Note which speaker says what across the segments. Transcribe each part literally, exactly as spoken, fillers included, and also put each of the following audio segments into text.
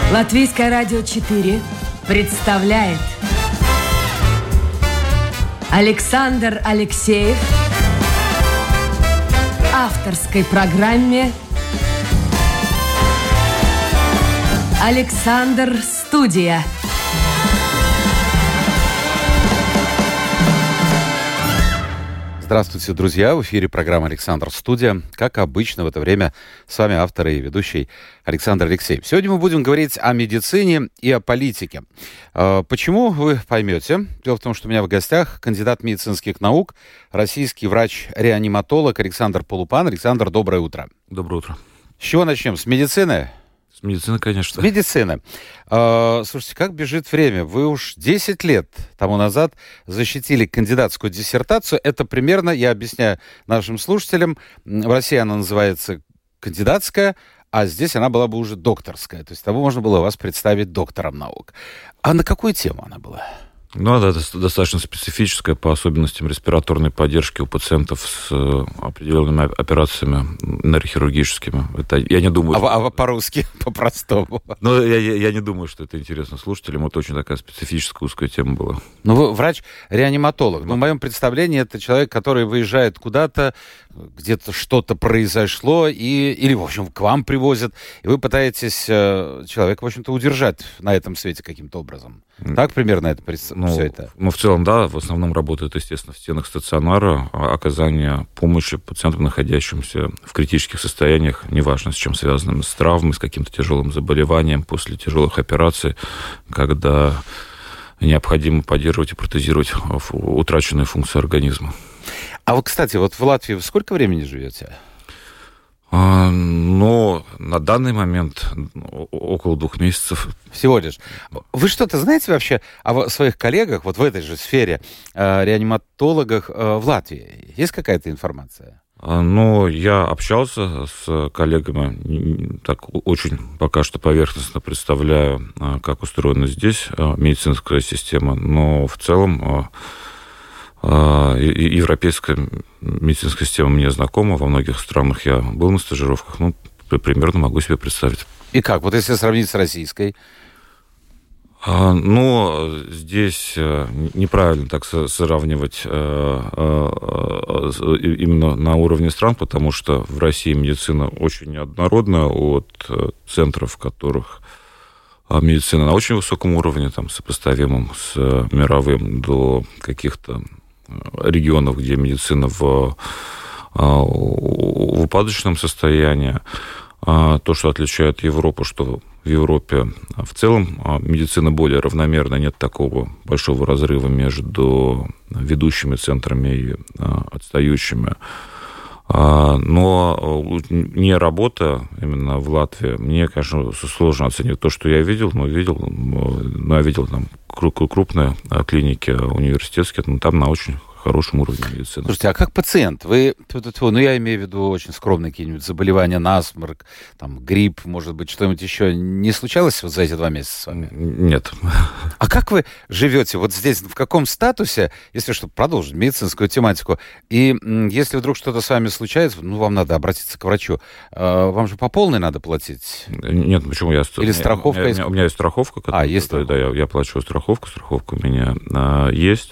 Speaker 1: Латвийское радио четыре представляет Александр Алексеев в авторской программе «Александр Студия».
Speaker 2: Здравствуйте, друзья! В эфире программа «Александр Студия». Как обычно, в это время с вами автор и ведущий Александр Алексеев. Сегодня мы будем говорить о медицине и о политике. Почему, вы поймете. Дело в том, что у меня в гостях кандидат медицинских наук, российский врач-реаниматолог Александр Полупан. Александр, доброе утро.
Speaker 3: Доброе утро.
Speaker 2: С чего начнем? С медицины?
Speaker 3: С медицины, конечно.
Speaker 2: С медицины. Э, слушайте, как бежит время. Вы уж десять лет тому назад защитили кандидатскую диссертацию. Это примерно, я объясняю нашим слушателям, в России она называется кандидатская, а здесь она была бы уже докторская. То есть того можно было вас представить доктором наук. А на какую тему она была?
Speaker 3: Ну, да, это достаточно специфическая по особенностям респираторной поддержки у пациентов с определенными операциями нейрохирургическими. Это, я не думаю...
Speaker 2: А, а по-русски, по-простому?
Speaker 3: Ну, я, я, я не думаю, что это интересно слушателям. Это очень такая специфическая узкая тема была.
Speaker 2: Ну, вы врач-реаниматолог. Но в моем представлении это человек, который выезжает куда-то, где-то что-то произошло, и, или, в общем, к вам привозят, и вы пытаетесь э, человека, в общем-то, удержать на этом свете каким-то образом. Так примерно это представляется?
Speaker 3: Ну,
Speaker 2: все это?
Speaker 3: Ну, в целом, да, в основном работает, естественно, в стенах стационара, оказание помощи пациентам, находящимся в критических состояниях, неважно, с чем связанным, с травмой, с каким-то тяжелым заболеванием, после тяжелых операций, когда необходимо поддерживать и протезировать утраченные функции организма.
Speaker 2: А вот, кстати, вот в Латвии вы сколько времени живете?
Speaker 3: Но на данный момент около двух месяцев.
Speaker 2: Всего лишь. Вы что-то знаете вообще о своих коллегах вот в этой же сфере, э, реаниматологах э, в Латвии? Есть какая-то информация?
Speaker 3: Ну, я общался с коллегами, так очень пока что поверхностно представляю, как устроена здесь медицинская система, но в целом... Европейская медицинская система мне знакома. Во многих странах я был на стажировках. Ну, примерно могу себе представить.
Speaker 2: И как? Вот если сравнить с российской?
Speaker 3: Ну, здесь неправильно так сравнивать именно на уровне стран, потому что в России медицина очень неоднородна, от центров, в которых медицина на очень высоком уровне, там, сопоставимом с мировым, до каких-то регионов, где медицина в, в упадочном состоянии. То, что отличает Европу, что в Европе в целом медицина более равномерна, нет такого большого разрыва между ведущими центрами и отстающими. Но не работа именно в Латвии, мне, конечно, сложно оценить то, что я видел, но видел, но я видел там крупные клиники университетские, но там на очень хорошем уровне медицины.
Speaker 2: Слушайте, а как пациент? Вы, ну, я имею в виду очень скромные какие-нибудь заболевания, насморк, там, грипп, может быть, что-нибудь еще. Не случалось вот за эти два месяца с вами?
Speaker 3: Нет.
Speaker 2: А как вы живете вот здесь, в каком статусе, если что, продолжить медицинскую тематику, и если вдруг что-то с вами случается, ну, вам надо обратиться к врачу, вам же по полной надо платить?
Speaker 3: Нет, почему? Я...
Speaker 2: Или страховка?
Speaker 3: У меня, у меня есть страховка.
Speaker 2: А, есть
Speaker 3: страховка? Да, я, я плачу страховку, страховка у меня а, есть.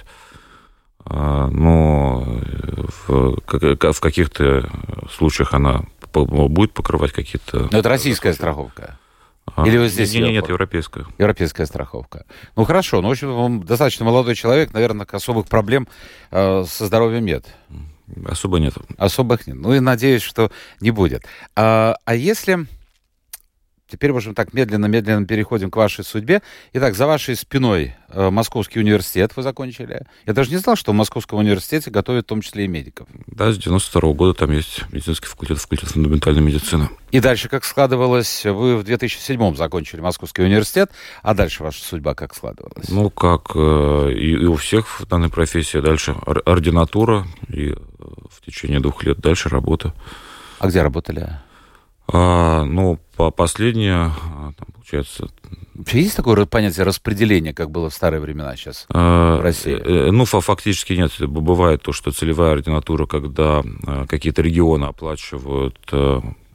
Speaker 3: Но в, в каких-то случаях она будет покрывать какие-то...
Speaker 2: Но это российская страховка? Или вы здесь...
Speaker 3: Нет, нет, нет, европейская.
Speaker 2: Европейская страховка. Ну, хорошо. Ну, в общем, он достаточно молодой человек, наверное, особых проблем э, со здоровьем нет.
Speaker 3: Особо нет.
Speaker 2: Особых нет. Ну, и надеюсь, что не будет. А, а если... Теперь, в общем, так медленно-медленно переходим к вашей судьбе. Итак, за вашей спиной э, Московский университет вы закончили. Я даже не знал, что в Московском университете готовят в том числе и медиков.
Speaker 3: Да, с девяносто второго года там есть медицинский факультет, факультет фундаментальной медицины.
Speaker 2: И дальше как складывалось? Вы в две тысячи седьмом закончили Московский университет, а дальше ваша судьба как складывалась?
Speaker 3: Ну, как э, и, и у всех в данной профессии. Дальше ординатура, и в течение двух лет дальше работа.
Speaker 2: А где работали?
Speaker 3: А, ну, по последнее, там, получается...
Speaker 2: Вообще есть такое понятие распределения, как было в старые времена сейчас а, в России?
Speaker 3: Ну, фактически нет. Бывает то, что целевая ординатура, когда какие-то регионы оплачивают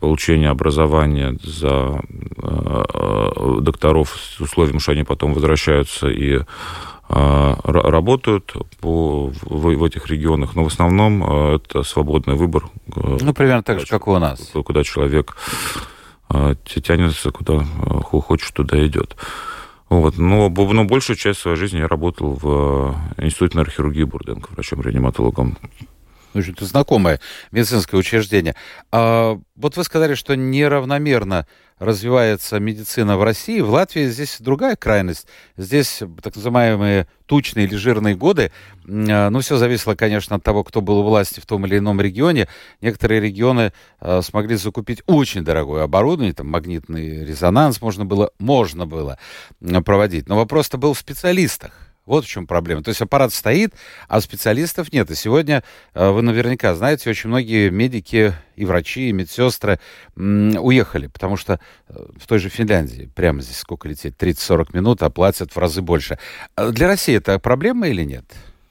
Speaker 3: получения образования за докторов с условием, что они потом возвращаются и работают по, в, в этих регионах, но в основном это свободный выбор.
Speaker 2: Ну, примерно так же, как и у нас.
Speaker 3: Куда человек тянется, куда хочет, туда идет. Вот. Но, но большую часть своей жизни я работал в Институте нейрохирургии Бурденко, врачом-реаниматологом.
Speaker 2: Очень знакомое медицинское учреждение. А, вот вы сказали, что неравномерно развивается медицина в России. В Латвии здесь другая крайность. Здесь так называемые тучные или жирные годы. Ну, все зависело, конечно, от того, кто был у власти в том или ином регионе. Некоторые регионы а, смогли закупить очень дорогое оборудование. Там магнитный резонанс можно было, можно было проводить. Но вопрос-то был в специалистах. Вот в чем проблема. То есть аппарат стоит, а специалистов нет. И сегодня, вы наверняка знаете, очень многие медики и врачи, и медсестры м, уехали, потому что в той же Финляндии, прямо здесь сколько лететь, тридцать-сорок минут, а платят в разы больше. Для России это проблема или нет?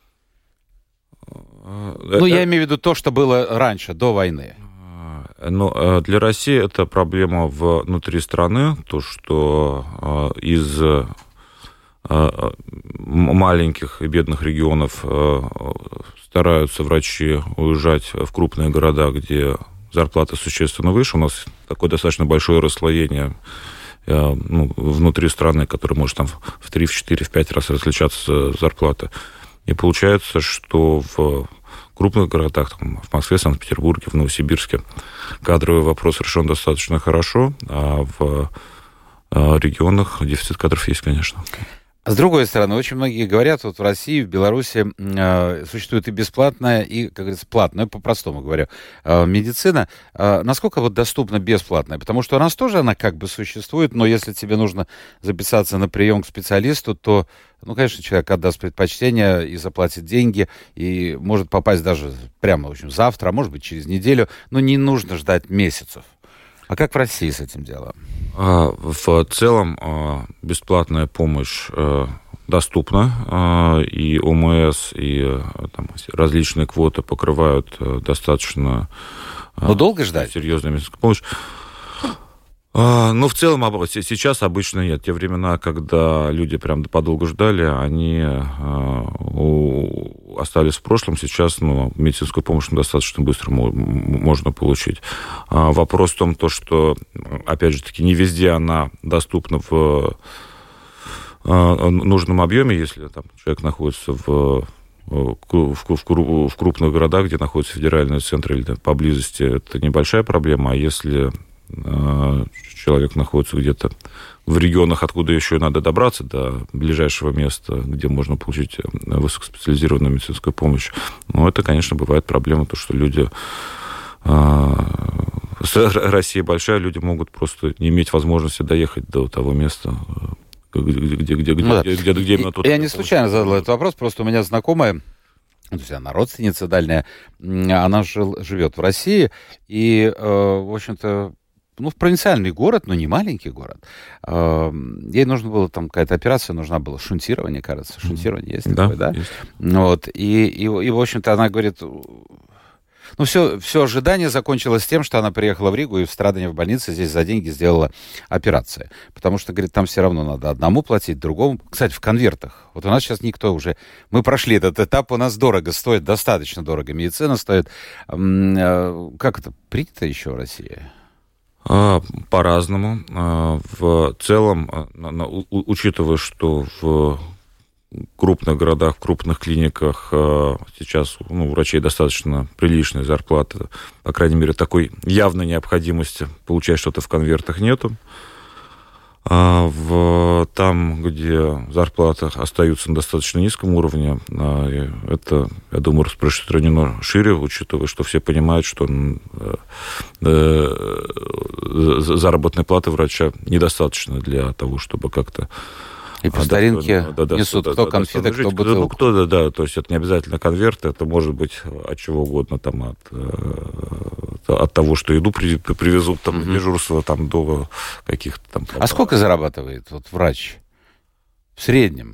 Speaker 2: Это... Ну, я имею в виду то, что было раньше, до войны.
Speaker 3: Ну, для России это проблема внутри страны, то, что из... маленьких и бедных регионов стараются врачи уезжать в крупные города, где зарплата существенно выше. У нас такое достаточно большое расслоение ну, внутри страны, которое может там в три, в четыре, в пять раз различаться зарплата. И получается, что в крупных городах, там, в Москве, Санкт-Петербурге, в Новосибирске кадровый вопрос решен достаточно хорошо, а в регионах дефицит кадров есть, конечно.
Speaker 2: С другой стороны, очень многие говорят, вот в России, в Беларуси э, существует и бесплатная, и, как говорится, платная, по-простому говоря, э, медицина. Э, насколько вот доступна бесплатная? Потому что у нас тоже она как бы существует, но если тебе нужно записаться на прием к специалисту, то, ну, конечно, человек отдаст предпочтение и заплатит деньги, и может попасть даже прямо, в общем, завтра, а может быть, через неделю, но не нужно ждать месяцев. А как в России с этим делом?
Speaker 3: В целом бесплатная помощь доступна, и ОМС, и там, различные квоты покрывают достаточно...
Speaker 2: Но долго ждать?
Speaker 3: Серьезную медицинскую помощь. Ну, в целом, сейчас обычно нет. Те времена, когда люди прям подолго ждали, они остались в прошлом. Сейчас ну, медицинскую помощь достаточно быстро можно получить. Вопрос в том, то, что, опять же таки, не везде она доступна в нужном объеме, если там, человек находится в... В, в, в крупных городах, где находятся федеральные центры или поблизости, это небольшая проблема. А если э, человек находится где-то в регионах, откуда еще надо добраться до ближайшего места, где можно получить высокоспециализированную медицинскую помощь, ну, это, конечно, бывает проблема, то, что люди... Э, Россия большая, люди могут просто не иметь возможности доехать до того места, Где, где, где,
Speaker 2: ну, да.
Speaker 3: где, где, где именно тот...
Speaker 2: Я не случайно задал этот вопрос, просто у меня знакомая, то есть она родственница дальняя, она жил, живет в России, и, э, в общем-то, ну, в провинциальный город, но не маленький город. Э, ей нужно было, там, какая-то операция, нужна была шунтирование, кажется, шунтирование есть
Speaker 3: да,
Speaker 2: такое, да?
Speaker 3: Есть.
Speaker 2: Вот, и, и, и, в общем-то, она говорит... Ну, все, все ожидание закончилось тем, что она приехала в Ригу и в Страдане в больнице здесь за деньги сделала операцию. Потому что, говорит, там все равно надо одному платить, другому. Кстати, в конвертах. Вот у нас сейчас никто уже... Мы прошли этот этап, у нас дорого стоит, достаточно дорого. Медицина стоит. Как это принято еще в России?
Speaker 3: По-разному. В целом, учитывая, что в крупных городах, в крупных клиниках сейчас ну, у врачей достаточно приличная зарплата. По крайней мере, такой явной необходимости получать что-то в конвертах нету. А в, там, где зарплаты остаются на достаточно низком уровне, это, я думаю, распространено шире, учитывая, что все понимают, что заработной платы врача недостаточно для того, чтобы как-то...
Speaker 2: И по старинке да, да, несут да, кто да, конфеты, да, кто бутылку.
Speaker 3: Ну, кто, да, да, то есть это не обязательно конверт, это может быть от чего угодно, там, от, от того, что еду привезут, там, угу. дежурство, там, до каких-то там...
Speaker 2: А сколько зарабатывает вот врач в среднем?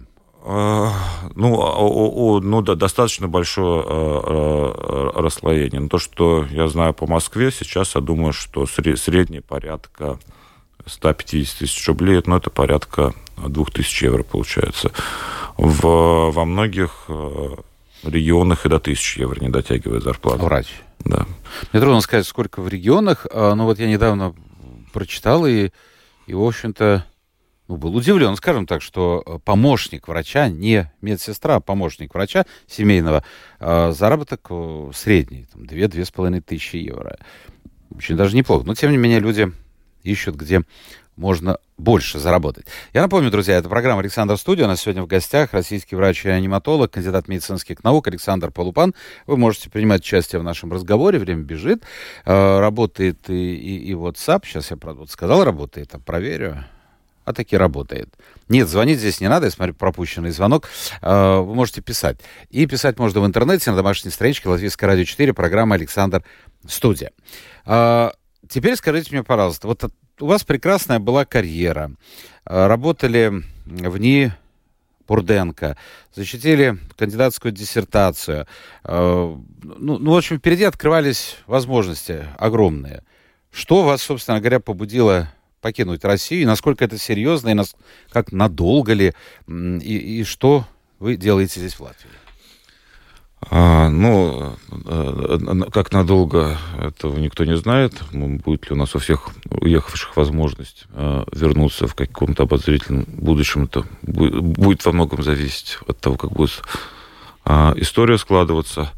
Speaker 3: Ну, о, о, ну да, достаточно большое расслоение. Но то, что я знаю по Москве, сейчас я думаю, что средний порядка сто пятьдесят тысяч рублей, ну, это порядка две тысячи евро получается. В, во многих регионах и до тысячи евро не дотягивает зарплата.
Speaker 2: Врач.
Speaker 3: Да.
Speaker 2: Мне трудно сказать, сколько в регионах, но вот я недавно прочитал и, и в общем-то, ну, был удивлен, скажем так, что помощник врача, не медсестра, а помощник врача семейного, заработок средний, там, две-две с половиной тысячи евро. Очень даже неплохо. Но, тем не менее, люди ищут, где можно больше заработать. Я напомню, друзья, это программа «Александр Студия». У нас сегодня в гостях российский врач и аниматолог, кандидат медицинских наук Александр Полупан. Вы можете принимать участие в нашем разговоре. Время бежит. Работает и, и, и WhatsApp. Сейчас я, правда, вот сказал, работает, а проверю. А таки работает. Нет, звонить здесь не надо, я смотрю, пропущенный звонок. Вы можете писать. И писать можно в интернете, на домашней страничке Латвийское радио четыре, программа «Александр Студия». Теперь скажите мне, пожалуйста, вот у вас прекрасная была карьера. Работали в НИИ Бурденко, защитили кандидатскую диссертацию. Ну, ну, в общем, впереди открывались возможности огромные. Что вас, собственно говоря, побудило покинуть Россию, и насколько это серьезно, и нас, как надолго ли, и, и что вы делаете здесь в Латвии?
Speaker 3: А, ну, как надолго, этого никто не знает. Будет ли у нас у всех уехавших возможность вернуться в каком-то обозрительном будущем, это будет во многом зависеть от того, как будет история складываться.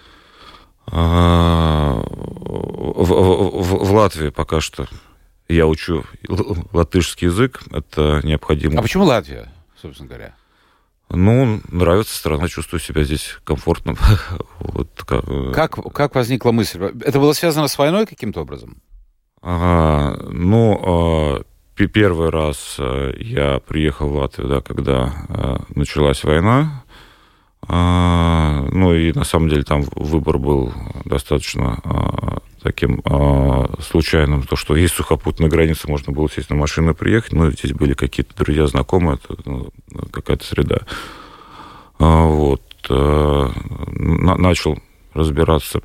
Speaker 3: В, в, в Латвии пока что я учу латышский язык, это необходимо.
Speaker 2: А почему Латвия, собственно говоря?
Speaker 3: Ну, нравится страна, чувствую себя здесь комфортно. Вот, как...
Speaker 2: Как, как возникла мысль? Это было связано с войной каким-то образом?
Speaker 3: А, ну, а, первый раз я приехал в Латвию, да, когда а, началась война. А, ну, и на самом деле там выбор был достаточно а, таким а, случайным. То, что есть сухопутная граница, можно было сесть на машину и приехать. Ну, здесь были какие-то друзья, знакомые, это, ну, какая-то среда. А, вот. А, на, начал разбираться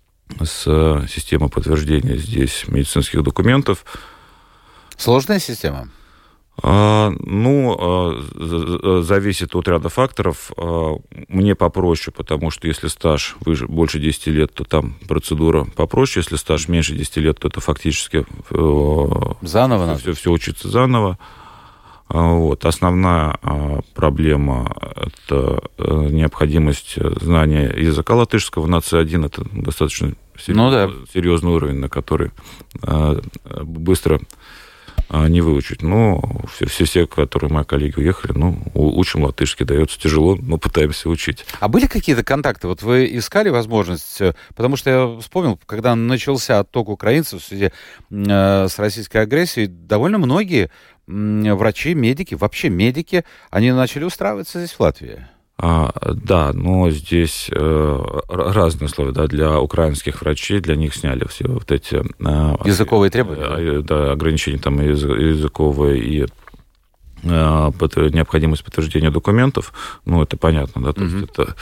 Speaker 3: с системой подтверждения здесь медицинских документов.
Speaker 2: Сложная система?
Speaker 3: А, ну, а, зависит от ряда факторов. А, мне попроще, потому что если стаж выше, больше десяти лет, то там процедура попроще. Если стаж меньше десяти лет, то это фактически
Speaker 2: заново надо.
Speaker 3: Все, все учиться заново. А, вот. Основная а, проблема – это а, необходимость знания языка латышского. На Си один это достаточно серьез, ну, да. серьезный уровень, на который а, быстро не выучить. Но все, все, все, которые мои коллеги уехали, ну, учим латышский, дается тяжело, но пытаемся учить.
Speaker 2: А были какие-то контакты? Вот вы искали возможность? Потому что я вспомнил, когда начался отток украинцев в связи э, с российской агрессией, довольно многие э, врачи, медики, вообще медики, они начали устраиваться здесь в Латвии.
Speaker 3: А, да, но здесь э, разные условия. Да, для украинских врачей, для них сняли все вот эти... Э,
Speaker 2: языковые требования?
Speaker 3: Э, да, ограничения там языковые и э, под, необходимость подтверждения документов. Ну, это понятно, да, то mm-hmm. есть это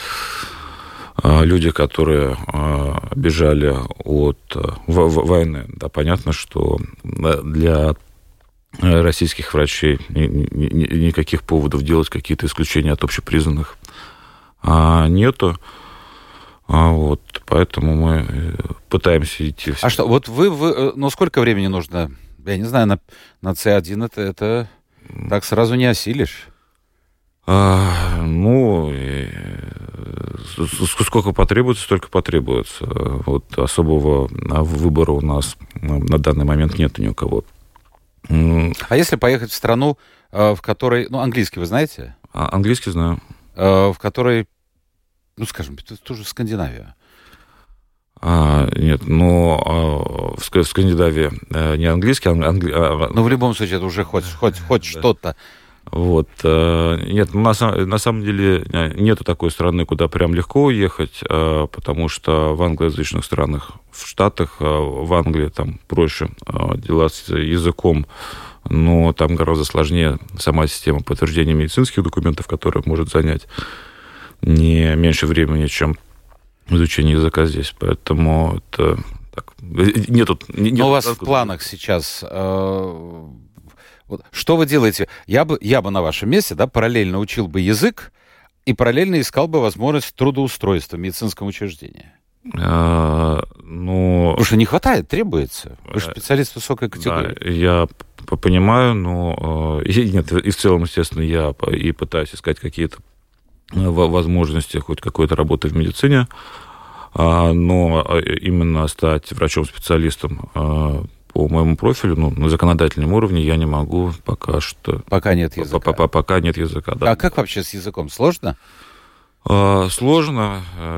Speaker 3: э, люди, которые э, бежали от э, в, в, войны. Да, понятно, что для российских врачей ни, ни, никаких поводов делать какие-то исключения от общепризнанных а, нету. А, вот, поэтому мы пытаемся идти...
Speaker 2: А что, вот вы, вы... Ну, сколько времени нужно? Я не знаю, на, на Си один это, это так сразу не осилишь.
Speaker 3: А, ну, и, сколько потребуется, столько потребуется. Вот особого выбора у нас на данный момент нет ни у кого.
Speaker 2: А если поехать в страну, в которой... Ну, английский вы знаете?
Speaker 3: А, английский знаю.
Speaker 2: В которой, ну, скажем, тоже Скандинавия.
Speaker 3: А, нет, но а, в, в Скандинавии а, не английский, а... Англи...
Speaker 2: Ну, в любом случае, это уже хоть, хоть, хоть да. что-то.
Speaker 3: Вот. Нет, на, на самом деле нету такой страны, куда прям легко уехать, потому что в англоязычных странах, в Штатах, в Англии там проще дела с языком но там гораздо сложнее сама система подтверждения медицинских документов, которая может занять не меньше времени, чем изучение языка здесь. Поэтому это так, нету, нет,
Speaker 2: Но у вас в планах сейчас... Э, вот, что вы делаете? Я бы, я бы на вашем месте, да, параллельно учил бы язык и параллельно искал бы возможность трудоустройства в медицинском учреждении.
Speaker 3: А, ну...
Speaker 2: Потому что не хватает, требуется. Вы же специалист высокой категории.
Speaker 3: Да, я понимаю, но... И, нет, и в целом, естественно, я и пытаюсь искать какие-то возможности хоть какой-то работы в медицине, но именно стать врачом-специалистом по моему профилю, ну, на законодательном уровне я не могу пока что.
Speaker 2: Пока нет языка.
Speaker 3: Пока нет языка, да.
Speaker 2: А как вообще с языком? Сложно?
Speaker 3: Сложно.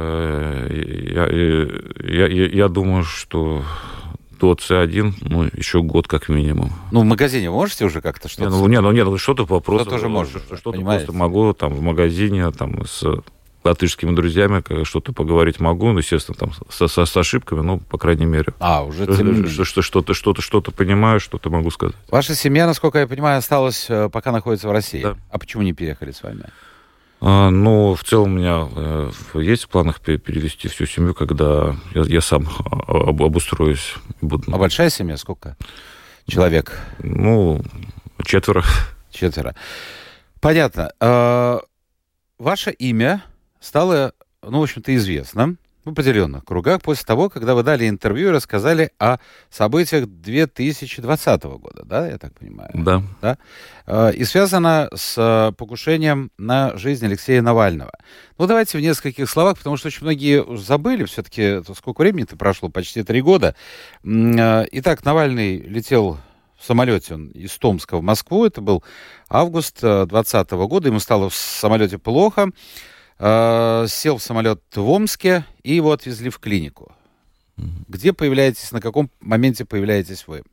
Speaker 3: Я, я, я думаю, что до С один, ну, еще год как минимум.
Speaker 2: Ну, в магазине можете уже как-то что-то?
Speaker 3: Не, ну, нет, ну, нет, ну, что-то просто...
Speaker 2: Что-то уже можно,
Speaker 3: что-то просто могу там в магазине, там, с латышскими друзьями что-то поговорить могу, ну, естественно, там, со, со, с ошибками, ну, по крайней мере.
Speaker 2: А, уже тем...
Speaker 3: что, что-то, что-то, что-то понимаю, что-то могу сказать.
Speaker 2: Ваша семья, насколько я понимаю, осталась, пока находится в России.
Speaker 3: Да.
Speaker 2: А почему не переехали с вами?
Speaker 3: А, ну, в целом у меня э, есть в планах перевести всю семью, когда я, я сам об, обустроюсь. Буду...
Speaker 2: А большая семья? Сколько человек?
Speaker 3: Ну, четверо.
Speaker 2: Четверо. Понятно. А, ваше имя стало, ну, в общем-то, известным в определенных кругах после того, когда вы дали интервью и рассказали о событиях две тысячи двадцатого года, да, я так понимаю?
Speaker 3: Да.
Speaker 2: Да? И связано с покушением на жизнь Алексея Навального. Ну, давайте в нескольких словах, потому что очень многие забыли, все-таки сколько времени-то прошло, почти три года. Итак, Навальный летел в самолете он из Томска в Москву, это был август двадцатого года, ему стало в самолете плохо. Сел в самолет в Омске и его отвезли в клинику. Где появляетесь, на каком моменте появляетесь вы?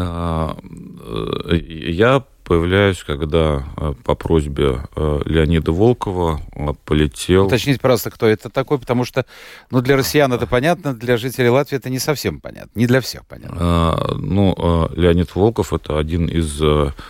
Speaker 3: Я появляюсь, когда по просьбе Леонида Волкова полетел...
Speaker 2: Уточните, пожалуйста, кто это такой, потому что ну, для россиян это понятно, для жителей Латвии это не совсем понятно, не для всех понятно.
Speaker 3: Ну, Леонид Волков — это один из...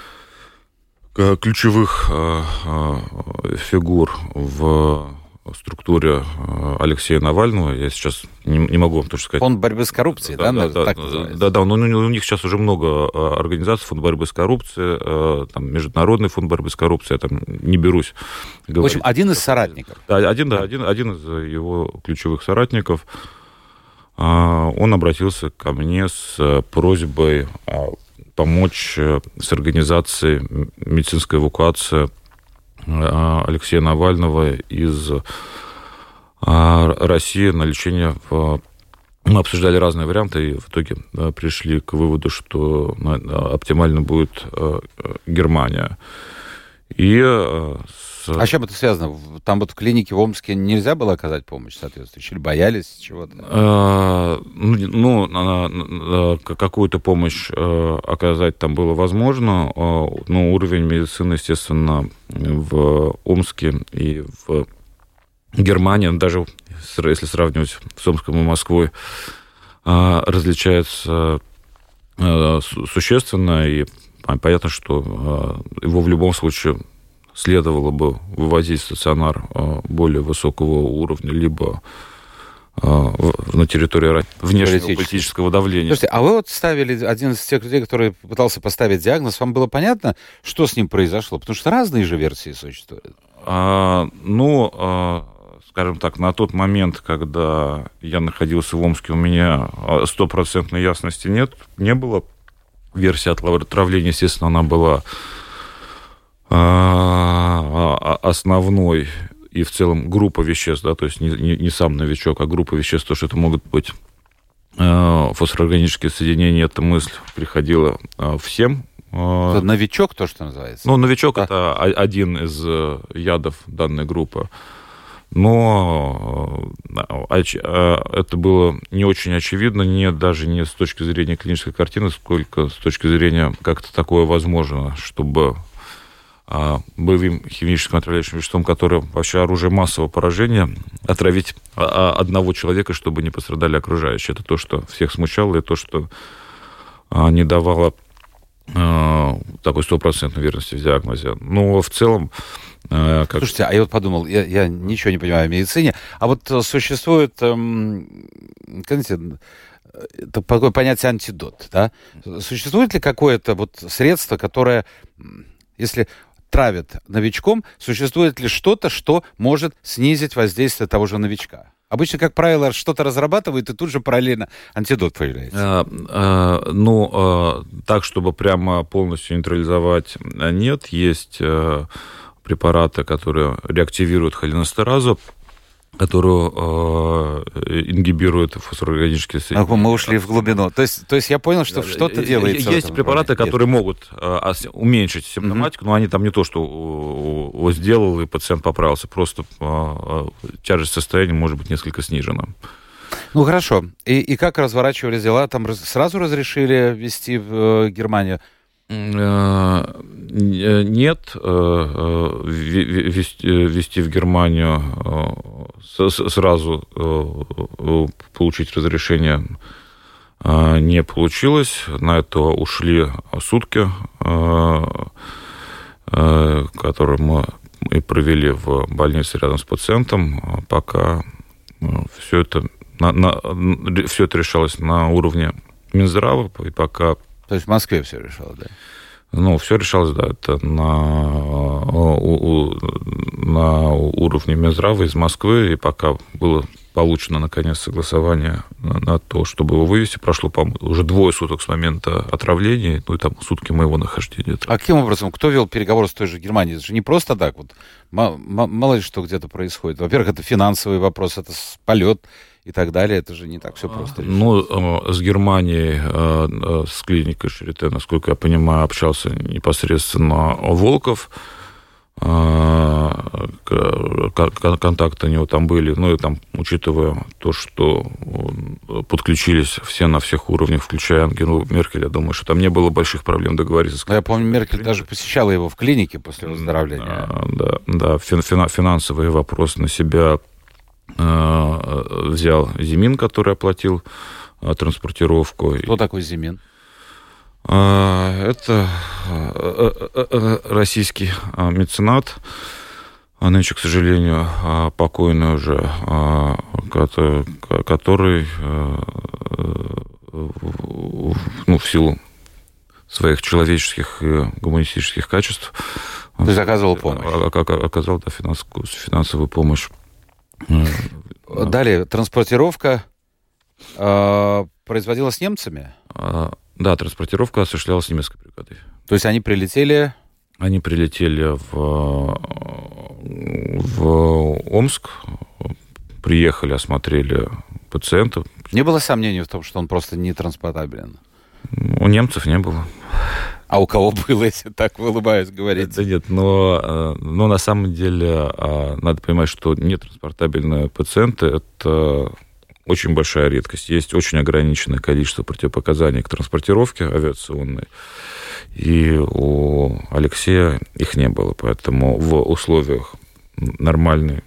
Speaker 3: ключевых фигур в структуре Алексея Навального. Я сейчас не, не могу вам тоже сказать.
Speaker 2: Фонд борьбы с коррупцией, да?
Speaker 3: Да,
Speaker 2: да,
Speaker 3: да, да, да, но у них сейчас уже много организаций, фонд борьбы с коррупцией, там, Международный фонд борьбы с коррупцией, я там не берусь говорить.
Speaker 2: В общем, один из соратников.
Speaker 3: Да, один, да, один, один из его ключевых соратников. Он обратился ко мне с просьбой помочь с организацией медицинской эвакуации Алексея Навального из России на лечение. В... Мы обсуждали разные варианты и в итоге пришли к выводу, что оптимально будет Германия. И с...
Speaker 2: А с чем это связано? Там вот в клинике в Омске нельзя было оказать помощь соответствующую? Или боялись чего-то?
Speaker 3: А, ну, ну какую-то помощь оказать там было возможно, но уровень медицины, естественно, в Омске и в Германии, даже если сравнивать с Омском и Москвой, различается существенно, и понятно, что его в любом случае следовало бы вывозить в стационар более высокого уровня, либо на территории внешнего политического давления.
Speaker 2: Слушайте, а вы вот ставили один из тех людей, который пытался поставить диагноз, вам было понятно, что с ним произошло? Потому что разные же версии существуют.
Speaker 3: А, ну, а, скажем так, на тот момент, когда я находился в Омске, у меня стопроцентной ясности нет, не было. Версия отравления, естественно, она была основной, и в целом группа веществ, да, то есть не, не, не сам новичок, а группа веществ, то, что это могут быть фосфорорганические соединения, эта мысль приходила всем.
Speaker 2: Это новичок, то, что называется?
Speaker 3: Ну, новичок да. Это один из ядов данной группы. Но это было не очень очевидно, не, даже не с точки зрения клинической картины, сколько с точки зрения, как это такое возможно, чтобы боевым химическим отравляющим веществом, которое вообще оружие массового поражения, отравить одного человека, чтобы не пострадали окружающие. Это то, что всех смущало, и то, что не давало такой стопроцентной верности в диагнозе. Но в целом... Как...
Speaker 2: Слушайте, а я вот подумал, я, я ничего не понимаю в медицине, а вот существует, эм, знаете, такое понятие антидот, да? Существует ли какое-то вот средство, которое, если травят новичком, существует ли что-то, что может снизить воздействие того же новичка? Обычно, как правило, что-то разрабатывают, и тут же параллельно антидот появляется.
Speaker 3: А, а, ну, а, так, чтобы прямо полностью нейтрализовать, нет. Есть а, препараты, которые реактивируют холинестеразу, которую э, ингибируют фосфорорганические соединения.
Speaker 2: А мы ушли в глубину. То есть, то есть я понял, что что-то делается.
Speaker 3: Есть препараты, которые Нет. могут э, уменьшить симптоматику, угу. но они там не то, что э, сделал, и пациент поправился. Просто э, тяжесть состояния может быть несколько снижена.
Speaker 2: Ну, хорошо. И, и как разворачивались дела? Там раз, сразу разрешили везти в э, Германию?
Speaker 3: Нет, везти в Германию сразу получить разрешение не получилось. На это ушли сутки, которые мы и провели в больнице рядом с пациентом, пока все это, на, на, все это решалось на уровне Минздрава, и пока...
Speaker 2: То есть в Москве все решалось, да?
Speaker 3: Ну, все решалось, да, это на, у, на уровне Минздрава из Москвы, и пока было получено, наконец, согласование на, на то, чтобы его вывести, прошло, по-моему, уже двое суток с момента отравления, ну, и там сутки моего нахождения.
Speaker 2: А каким образом? Кто вел переговоры с той же Германией? Это же не просто так, вот, мало ли что где-то происходит. Во-первых, это финансовый вопрос, это полет и так далее, это же не так все просто.
Speaker 3: Ну, с Германией, с клиникой Шарите, насколько я понимаю, общался непосредственно Волков. Контакты у него там были, ну, и там, учитывая то, что подключились все на всех уровнях, включая Ангелу Меркель, я думаю, что там не было больших проблем договориться с...
Speaker 2: Я помню, Меркель даже посещала его в клинике после выздоровления.
Speaker 3: Да, да, финансовый вопрос на себя взял Зимин, который оплатил транспортировку.
Speaker 2: Кто такой Зимин?
Speaker 3: Это российский меценат, нынче, к сожалению, покойный уже, который, ну, в силу своих человеческих и гуманистических качеств...
Speaker 2: То есть оказывал помощь?
Speaker 3: Оказал, да, финансовую помощь.
Speaker 2: Далее, транспортировка э, производилась немцами?
Speaker 3: Да, транспортировка осуществлялась немецкой бригадой.
Speaker 2: То есть они прилетели?
Speaker 3: Они прилетели в, в Омск, приехали, осмотрели пациента.
Speaker 2: Не было сомнений в том, что он просто не транспортабелен?
Speaker 3: У немцев не было.
Speaker 2: А у кого было, если так, улыбаюсь, говорить?
Speaker 3: Да нет, но, но на самом деле надо понимать, что нетранспортабельные пациенты – это очень большая редкость. Есть очень ограниченное количество противопоказаний к транспортировке авиационной, и у Алексея их не было. Поэтому в условиях нормальной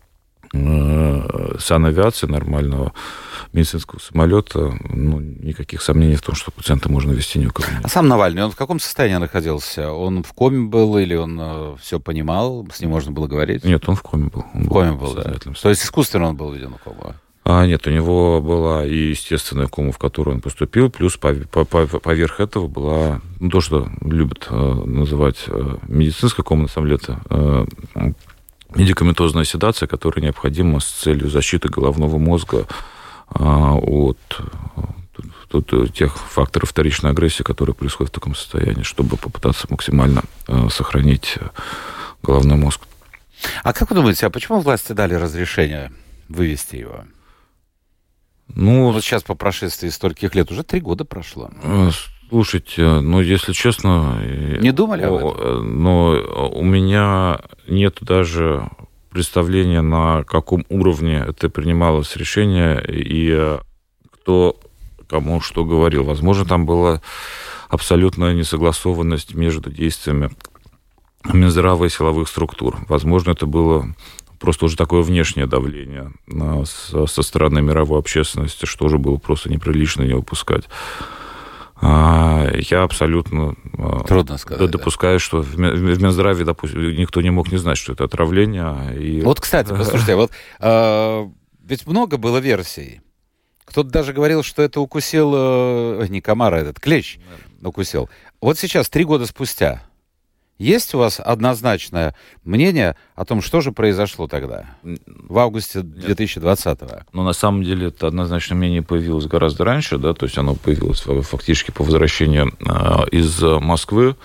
Speaker 3: санавиации, нормального медицинского самолета, ну, никаких сомнений в том, что пациента можно везти ни у кого нет.
Speaker 2: А сам Навальный, он в каком состоянии находился? Он в коме был или он э, все понимал, с ним можно было говорить?
Speaker 3: Нет, он в коме был. Он
Speaker 2: в коме был, был да? То есть искусственно он был введен в кому?
Speaker 3: А, нет, у него была и естественная кома, в которую он поступил, плюс поверх этого была, ну, то, что любят э, называть э, медицинская кома, на самом деле, э, медикаментозная седация, которая необходима с целью защиты головного мозга от тех факторов вторичной агрессии, которые происходят в таком состоянии, чтобы попытаться максимально сохранить головной мозг.
Speaker 2: А как вы думаете, а почему власти дали разрешение вывести его? Ну, вот сейчас по прошествии стольких лет, уже три года прошло.
Speaker 3: Слушайте, ну, если честно...
Speaker 2: Не думали об этом?
Speaker 3: Но у меня нет даже представления, на каком уровне это принималось решение и кто кому что говорил. Возможно, там была абсолютная несогласованность между действиями Минздрава и силовых структур. Возможно, это было просто уже такое внешнее давление со стороны мировой общественности, что уже было просто неприлично не выпускать. Я абсолютно
Speaker 2: Трудно сказать,
Speaker 3: допускаю,
Speaker 2: да.
Speaker 3: что в Минздраве, допустим, никто не мог не знать, что это отравление. И...
Speaker 2: Вот, кстати, послушайте, вот э, ведь много было версий. Кто-то даже говорил, что это укусил э, не комар, а этот клещ укусил. Вот сейчас, три года спустя, есть у вас однозначное мнение о том, что же произошло тогда, в августе две тысячи двадцатого?
Speaker 3: Но на самом деле это однозначное мнение появилось гораздо раньше, да, то есть оно появилось фактически по возвращению э, из Москвы,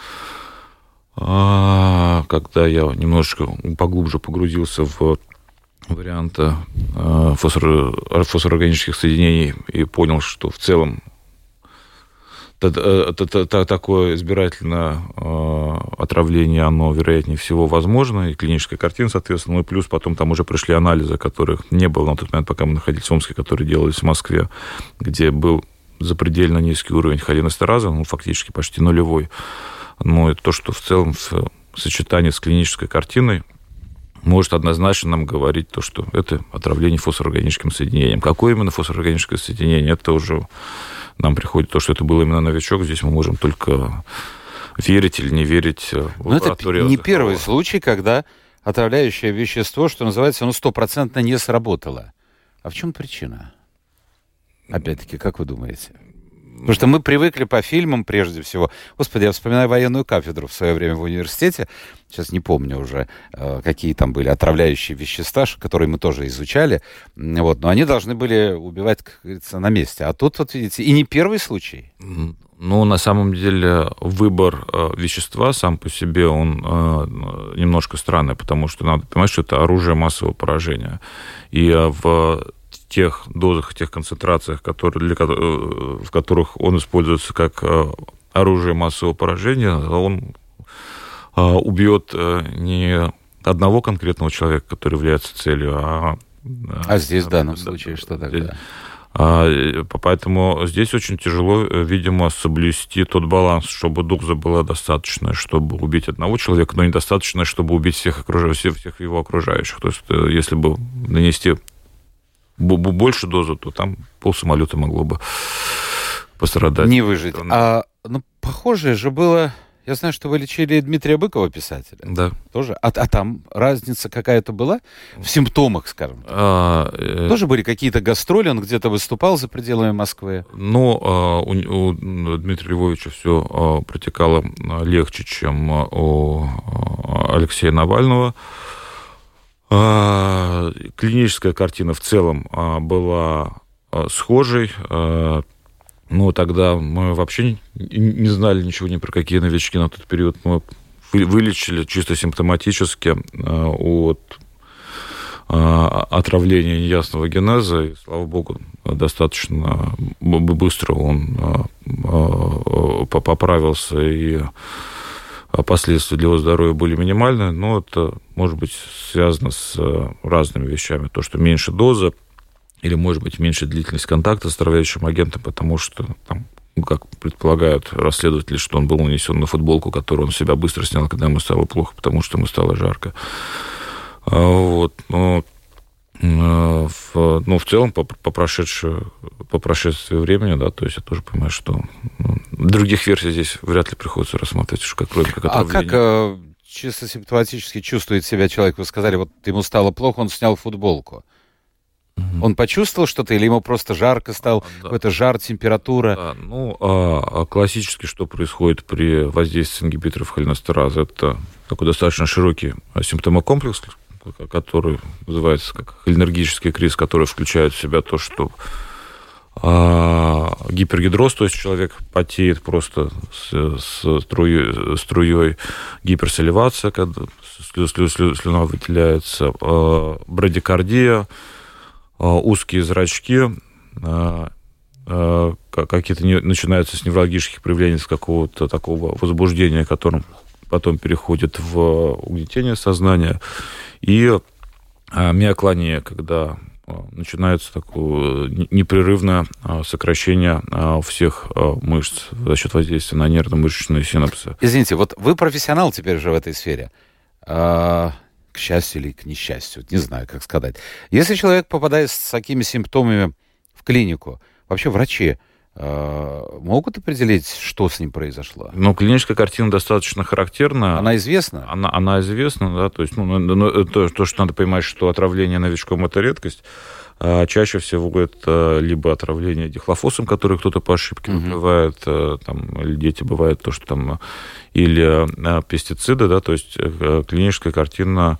Speaker 3: э, когда я немножечко поглубже погрузился в варианты э, фосфор, фосфорорганических соединений и понял, что в целом такое избирательное э, отравление, оно, вероятнее всего, возможно, и клиническая картина, соответственно, ну и плюс потом там уже пришли анализы, которых не было на тот момент, пока мы находились в Омске, которые делались в Москве, где был запредельно низкий уровень холинестераза, ну, фактически почти нулевой. Но то, что в целом в сочетании с клинической картиной может однозначно нам говорить то, что это отравление фосфорорганическим соединением. Какое именно фосфорорганическое соединение, это уже нам приходит то, что это был именно новичок. Здесь мы можем только верить или не верить в лаборатории.
Speaker 2: Это не первый случай, когда отравляющее вещество, что называется, оно стопроцентно не сработало. А в чем причина? Опять-таки, как вы думаете? Потому что мы привыкли по фильмам, прежде всего. Господи, я вспоминаю военную кафедру в свое время в университете. Сейчас не помню уже, какие там были отравляющие вещества, которые мы тоже изучали. Вот. Но они должны были убивать, как говорится, на месте. А тут, вот видите, и не первый случай.
Speaker 3: Ну, на самом деле, выбор вещества сам по себе, он немножко странный, потому что надо понимать, что это оружие массового поражения. И в тех дозах, тех концентрациях, которые, для, в которых он используется как оружие массового поражения, он убьет не одного конкретного человека, который является целью, а...
Speaker 2: А здесь, в данном случае, что тогда?
Speaker 3: Поэтому здесь очень тяжело, видимо, соблюсти тот баланс, чтобы доза была достаточная, чтобы убить одного человека, но недостаточно, чтобы убить всех, окружающих, всех его окружающих. То есть, если бы нанести больше дозу, то там полсамолета могло бы пострадать.
Speaker 2: Не выжить. А, ну, похожее же было... Я знаю, что вы лечили Дмитрия Быкова, писателя.
Speaker 3: Да.
Speaker 2: Тоже. А, а там разница какая-то была? В симптомах, скажем так. А, э... Тоже были какие-то гастроли? Он где-то выступал за пределами Москвы?
Speaker 3: Ну, у, у Дмитрия Львовича все протекало легче, чем у Алексея Навального. Клиническая картина в целом была схожей. Но тогда мы вообще не знали ничего ни про какие новички на тот период. Мы вылечили чисто симптоматически от отравления неясного генеза. И, слава богу, достаточно быстро он поправился, и последствия для его здоровья были минимальны. Но это может быть связано с разными вещами. То, что меньше доза, или, может быть, меньше длительность контакта с отравляющим агентом, потому что, там, как предполагают расследователи, что он был нанесен на футболку, которую он себя быстро снял, когда ему стало плохо, потому что ему стало жарко. Вот. Но, в, ну, в целом, по, по, прошедшему, по прошествии времени, да, то есть я тоже понимаю, что ну, других версий здесь вряд ли приходится рассматривать, что как, кроме как отравление.
Speaker 2: А как э, чисто симптоматически чувствует себя человек? Вы сказали, вот ему стало плохо, он снял футболку. Он почувствовал что-то, или ему просто жарко стало, да. Какой-то жар, температура?
Speaker 3: Да, ну, а, классически, что происходит при воздействии ингибиторов холинестераза, это такой достаточно широкий симптомокомплекс, который называется как холинергический криз, который включает в себя то, что а, гипергидроз, то есть человек потеет просто с, с струей, струей, гиперсаливация, когда слю, слю, слю, слюна выделяется, а, брадикардия, узкие зрачки, какие-то начинаются с неврологических проявлений, с какого-то такого возбуждения, которым потом переходит в угнетение сознания, и миоклония, когда начинается такое непрерывное сокращение всех мышц за счет воздействия на нервно-мышечные синапсы.
Speaker 2: Извините, вот вы профессионал теперь же в этой сфере. К счастью или к несчастью, не знаю, как сказать. Если человек попадает с такими симптомами в клинику, вообще врачи могут определить, что с ним произошло?
Speaker 3: Ну, клиническая картина достаточно характерна.
Speaker 2: Она известна?
Speaker 3: Она, она известна, да, то есть, ну, то, то, что надо понимать, что отравление новичком – это редкость. А чаще всего это либо отравление дихлофосом, который кто-то по ошибке выпивает, uh-huh. там, или дети бывает то, что там, или пестициды, да, то есть клиническая картина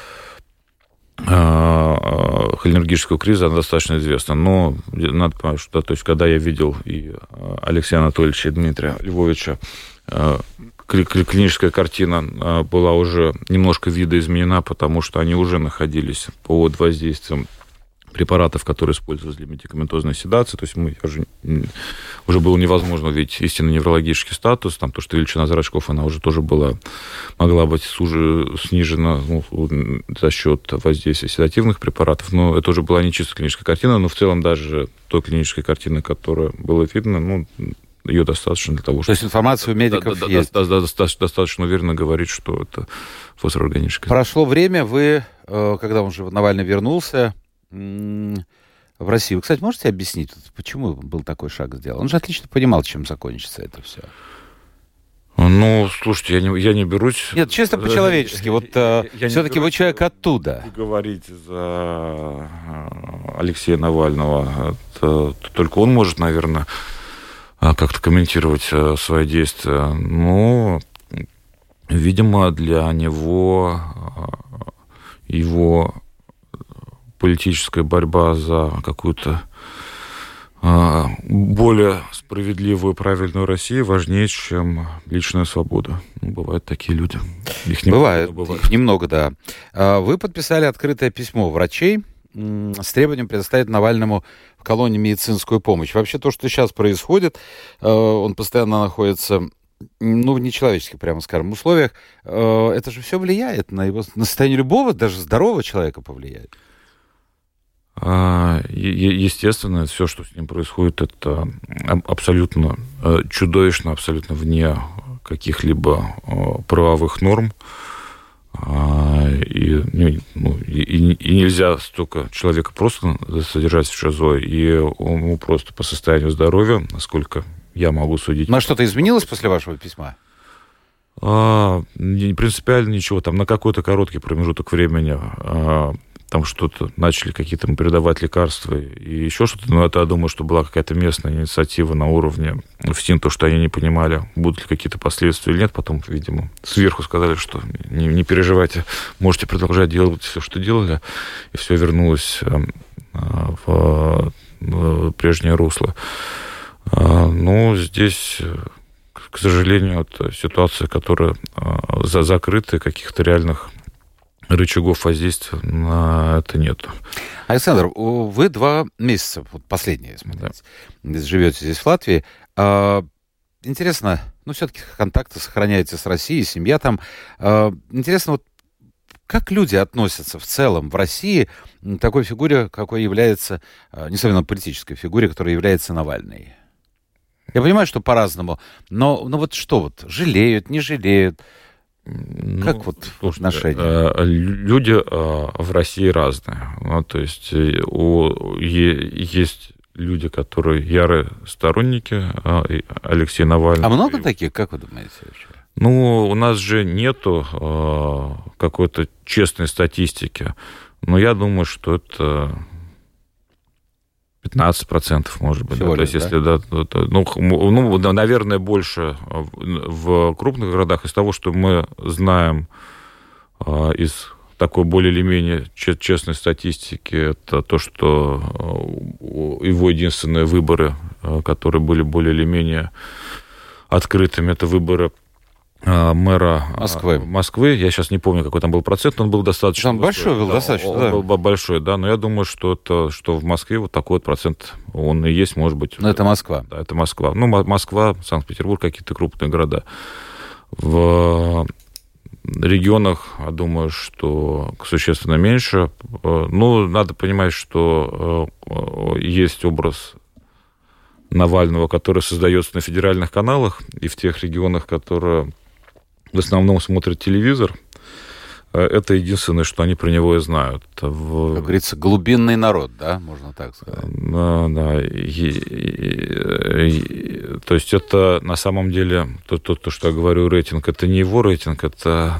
Speaker 3: холинергического криза, она достаточно известна. Но надо понимать, что, да, то есть, когда я видел и Алексея Анатольевича, и Дмитрия Львовича, клиническая картина была уже немножко видоизменена, потому что они уже находились под воздействием препаратов, которые использовались для медикаментозной седации. То есть мы уже, уже было невозможно увидеть истинный неврологический статус. Там то, что величина зрачков, она уже тоже была, могла быть суже, снижена, ну, за счет воздействия седативных препаратов. Но это уже была не чисто клиническая картина, но в целом даже той клинической картины, которая была видна, ну, ее достаточно для того, чтобы...
Speaker 2: То есть информация у медиков
Speaker 3: да,
Speaker 2: есть?
Speaker 3: Да, да, да, да, достаточно уверенно говорить, что это фосфорорганическая.
Speaker 2: Прошло время, вы, когда уже Навальный вернулся в Россию. Вы, кстати, можете объяснить, почему был такой шаг сделан? Он же отлично понимал, чем закончится это все.
Speaker 3: Ну, слушайте, я не, я не берусь...
Speaker 2: Нет, чисто по-человечески. Вот все-таки вы человек оттуда.
Speaker 3: Говорить за Алексея Навального, это, только он может, наверное, как-то комментировать свои действия. Но, видимо, для него его политическая борьба за какую-то э, более справедливую и правильную Россию важнее, чем личная свобода. Ну, бывают такие люди. Их немного,
Speaker 2: бывает, бывает. Их немного, да. Вы подписали открытое письмо врачей с требованием предоставить Навальному в колонии медицинскую помощь. Вообще то, что сейчас происходит, он постоянно находится... ну, в нечеловеческих, прямо скажем, условиях, это же все влияет на его на состояние любого, даже здорового человека повлияет.
Speaker 3: Естественно, все, что с ним происходит, это абсолютно чудовищно, абсолютно вне каких-либо правовых норм. И, ну, и, и нельзя столько человека просто содержать в ШИЗО, и ему просто по состоянию здоровья, насколько я могу судить.
Speaker 2: Но что-то изменилось после вашего письма?
Speaker 3: А, не принципиально ничего. Там на какой-то короткий промежуток времени а, там что-то начали какие-то передавать лекарства и еще что-то. Но это, я думаю, что была какая-то местная инициатива на уровне ФСИН, то, что они не понимали, будут ли какие-то последствия или нет. Потом, видимо, сверху сказали, что не, не переживайте, можете продолжать делать все, что делали. И все вернулось а, в, в прежнее русло. А, ну, здесь... К сожалению, это ситуация, которая за закрытой, каких-то реальных рычагов воздействия на это нет.
Speaker 2: Александр, вы два месяца, вот последние, смотрите, да. живете здесь, в Латвии. Интересно, ну, все-таки контакты сохраняете с Россией, семья там. Интересно, вот как люди относятся в целом в России к такой фигуре, какой является, несомненно, политической фигуре, которая является Навальный? Я понимаю, что по-разному, но ну вот что вот, жалеют, не жалеют? Как ну, вот отношения?
Speaker 3: Люди в России разные. Ну, то есть у, есть люди, которые ярые сторонники Алексея Навального.
Speaker 2: А много таких, как вы думаете вообще?
Speaker 3: Ну, у нас же нету какой-то честной статистики, но я думаю, что это... пятнадцать процентов, может быть. Да? То есть, если, да? Да, ну, ну, наверное, больше в крупных городах. Из того, что мы знаем из такой более или менее честной статистики, это то, что его единственные выборы, которые были более или менее открытыми, это выборы мэра
Speaker 2: Москвы.
Speaker 3: Москвы. Я сейчас не помню, какой там был процент, но он был достаточно...
Speaker 2: Там большой был, да, достаточно,
Speaker 3: он,
Speaker 2: да.
Speaker 3: Он был большой, да, но я думаю, что, это, что в Москве вот такой вот процент он и есть, может быть.
Speaker 2: Но это Москва.
Speaker 3: Да, это Москва. Ну, Москва, Санкт-Петербург, какие-то крупные города. В регионах, я думаю, что существенно меньше. Ну, надо понимать, что есть образ Навального, который создается на федеральных каналах и в тех регионах, которые в основном смотрят телевизор, это единственное, что они про него и знают. В...
Speaker 2: Как говорится, глубинный народ, да, можно так сказать.
Speaker 3: Да, да. И, и, и, то есть это на самом деле, то, то, то, что я говорю, рейтинг, это не его рейтинг, это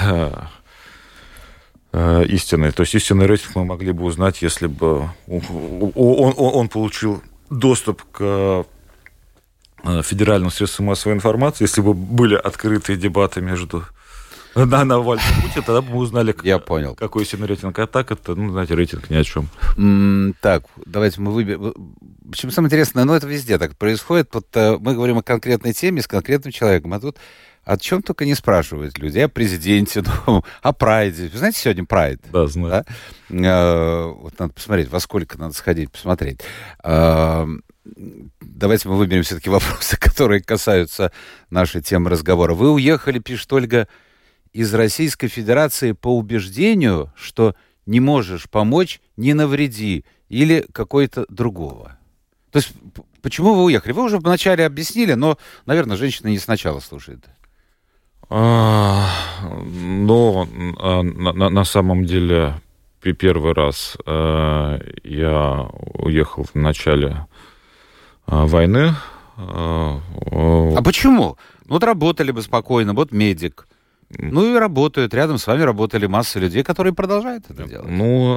Speaker 3: э, истинный. То есть истинный рейтинг мы могли бы узнать, если бы он, он, он получил доступ к федеральным средствам массовой информации, если бы были открытые дебаты между... На Навальный и Путин, тогда бы мы узнали,
Speaker 2: Я понял.
Speaker 3: какой сильный рейтинг. А так это, ну, знаете, рейтинг ни о чем.
Speaker 2: Mm, так, давайте мы выберем... Причем самое интересное, ну, это везде так происходит. Вот, мы говорим о конкретной теме с конкретным человеком, а тут о чем только не спрашивают люди. О президенте, ну, о прайде. Вы знаете, сегодня прайд?
Speaker 3: Да, знаю.
Speaker 2: Да? Вот надо посмотреть, во сколько надо сходить, посмотреть. Давайте мы выберем все-таки вопросы, которые касаются нашей темы разговора. Вы уехали, пишет Ольга, из Российской Федерации по убеждению, что не можешь помочь, не навреди, или какой-то другого. То есть, почему вы уехали? Вы уже вначале объяснили, но, наверное, женщина не сначала слушает.
Speaker 3: А, но на, на, на самом деле, первый раз а, я уехал в начале а, войны. А,
Speaker 2: а почему? Вот работали бы спокойно, вот медик. Ну и работают. Рядом с вами работали масса людей, которые продолжают это делать.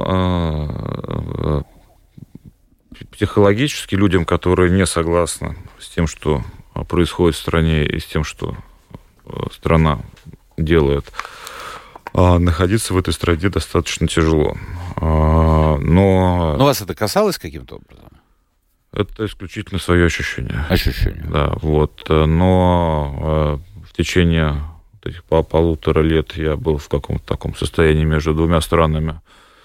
Speaker 3: Ну, психологически людям, которые не согласны с тем, что происходит в стране, и с тем, что страна делает, находиться в этой стране достаточно тяжело. Но...
Speaker 2: Но вас это касалось каким-то образом?
Speaker 3: Это исключительно свое ощущение.
Speaker 2: Ощущение.
Speaker 3: Да, вот. Но в течение... этих по полутора лет я был в каком-то таком состоянии между двумя странами.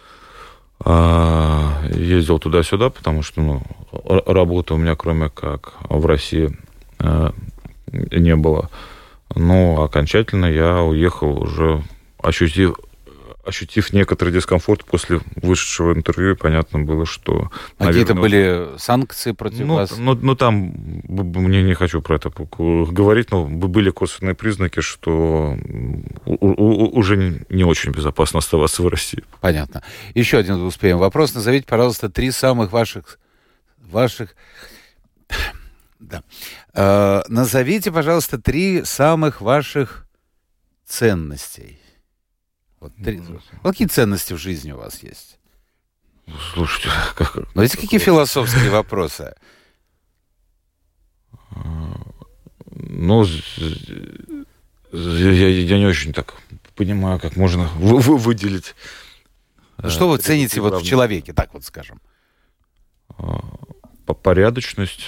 Speaker 3: Ездил туда-сюда, потому что ну, работы у меня, кроме как в России, не было. Но окончательно я уехал уже, ощутив, ощутив некоторый дискомфорт после вышедшего интервью, и понятно было, что...
Speaker 2: Какие-то были санкции против
Speaker 3: ну,
Speaker 2: вас?
Speaker 3: Ну, ну, там, мне не хочу про это говорить, но были косвенные признаки, что уже не очень безопасно оставаться в России.
Speaker 2: Понятно. Еще один успеем вопрос. Назовите, пожалуйста, три самых ваших... ваших... Да. Э, назовите, пожалуйста, три самых ваших ценностей. Вот, три... вот какие ценности в жизни у вас есть?
Speaker 3: Слушайте, как...
Speaker 2: Ну, эти какие философские вопросы?
Speaker 3: Ну, я, я не очень так понимаю, как можно вы, вы, выделить...
Speaker 2: Что вы цените вот в человеке, так вот скажем?
Speaker 3: Порядочность,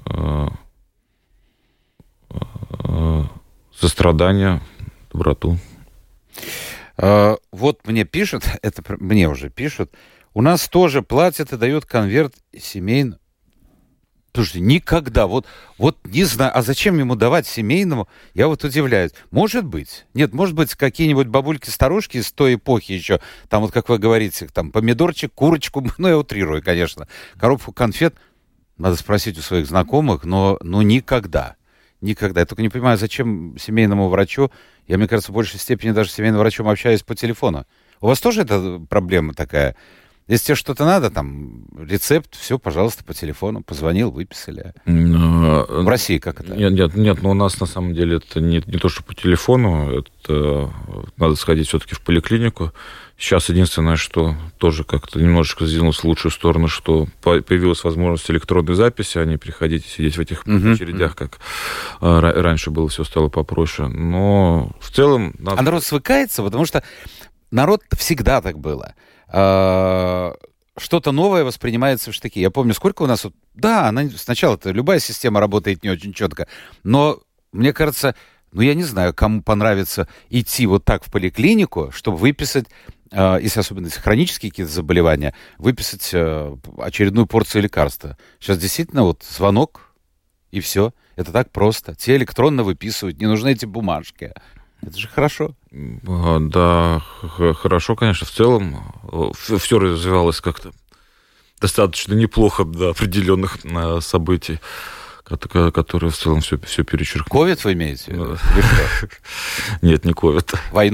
Speaker 3: сострадание, доброту.
Speaker 2: Uh, вот мне пишут, это мне уже пишут, у нас тоже платят и дают конверт семейный. Слушайте, никогда, вот, вот не знаю, а зачем ему давать семейному, я вот удивляюсь. Может быть, нет, может быть, какие-нибудь бабульки-старушки из той эпохи еще, там вот, как вы говорите, там, помидорчик, курочку, ну, я утрирую, конечно, коробку конфет, надо спросить у своих знакомых, но, но никогда. Никогда. Я только не понимаю, зачем семейному врачу, я, мне кажется, в большей степени даже с семейным врачом общаюсь по телефону. У вас тоже эта проблема такая? Если тебе что-то надо, там, рецепт, все, пожалуйста, по телефону, позвонил, выписали. Но... В России как это?
Speaker 3: Нет, нет, нет, но у нас на самом деле это не, не то, что по телефону, это надо сходить все-таки в поликлинику. Сейчас единственное, что тоже как-то немножечко сдвинулось в лучшую сторону, что появилась возможность электронной записи, а не приходить и сидеть в этих uh-huh, очередях, uh-huh. как раньше было, все стало попроще. Но в целом... Надо...
Speaker 2: А народ свыкается, потому что народ всегда так было. Что-то новое воспринимается в штыки. Я помню, сколько у нас... Да, она... сначала-то любая система работает не очень четко, но, мне кажется, ну, я не знаю, кому понравится идти вот так в поликлинику, чтобы выписать, э, если особенно если хронические какие-то заболевания, выписать э, очередную порцию лекарства. Сейчас действительно вот звонок, и все. Это так просто. Те электронно выписывают, не нужны эти бумажки. Это же хорошо.
Speaker 3: Да, хорошо, конечно. В целом все развивалось как-то достаточно неплохо до определенных событий, которые в целом все, все перечеркнули.
Speaker 2: Ковид вы имеете в виду?
Speaker 3: Нет, не ковид.
Speaker 2: Войну?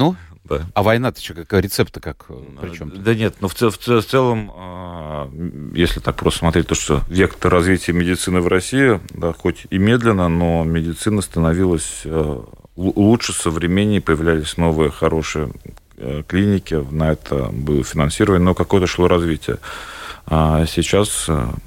Speaker 3: Да.
Speaker 2: А война-то что, как рецепты как? Причем?
Speaker 3: Да нет, но в, в, в целом, если так просто смотреть, то что вектор развития медицины в России, да, хоть и медленно, но медицина становилась лучше, современнее, появлялись новые хорошие клиники, на это было финансирование, но какое-то шло развитие. А сейчас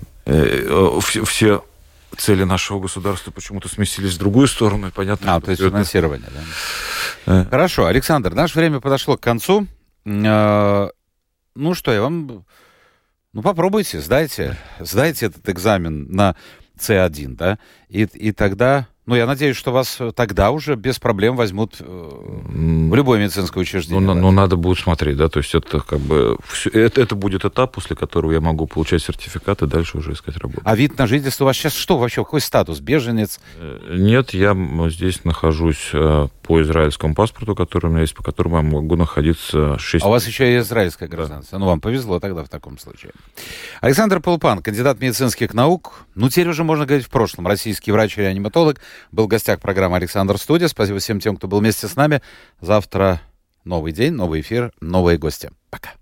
Speaker 3: все цели нашего государства почему-то сместились в другую сторону, и понятно.
Speaker 2: А, то есть финансирование, это... да? Хорошо, Александр, наше время подошло к концу. Ну что, я вам... Ну, попробуйте, сдайте, сдайте этот экзамен на С один, да, и, и тогда... Ну, я надеюсь, что вас тогда уже без проблем возьмут в любое медицинское учреждение.
Speaker 3: Ну, ну надо будет смотреть, да, то есть это как бы... Это, это будет этап, после которого я могу получать сертификат и дальше уже искать работу.
Speaker 2: А вид на жительство у вас сейчас что вообще? Какой статус? Беженец?
Speaker 3: Нет, я здесь нахожусь по израильскому паспорту, который у меня есть, по которому я могу находиться шесть...
Speaker 2: А у вас еще и израильское гражданство. Да. Ну, вам повезло тогда в таком случае. Александр Полупан, кандидат медицинских наук. Ну, теперь уже можно говорить в прошлом. Российский врач-реаниматолог. Был в гостях программы «Александр Студия». Спасибо всем тем, кто был вместе с нами. Завтра новый день, новый эфир, новые гости. Пока.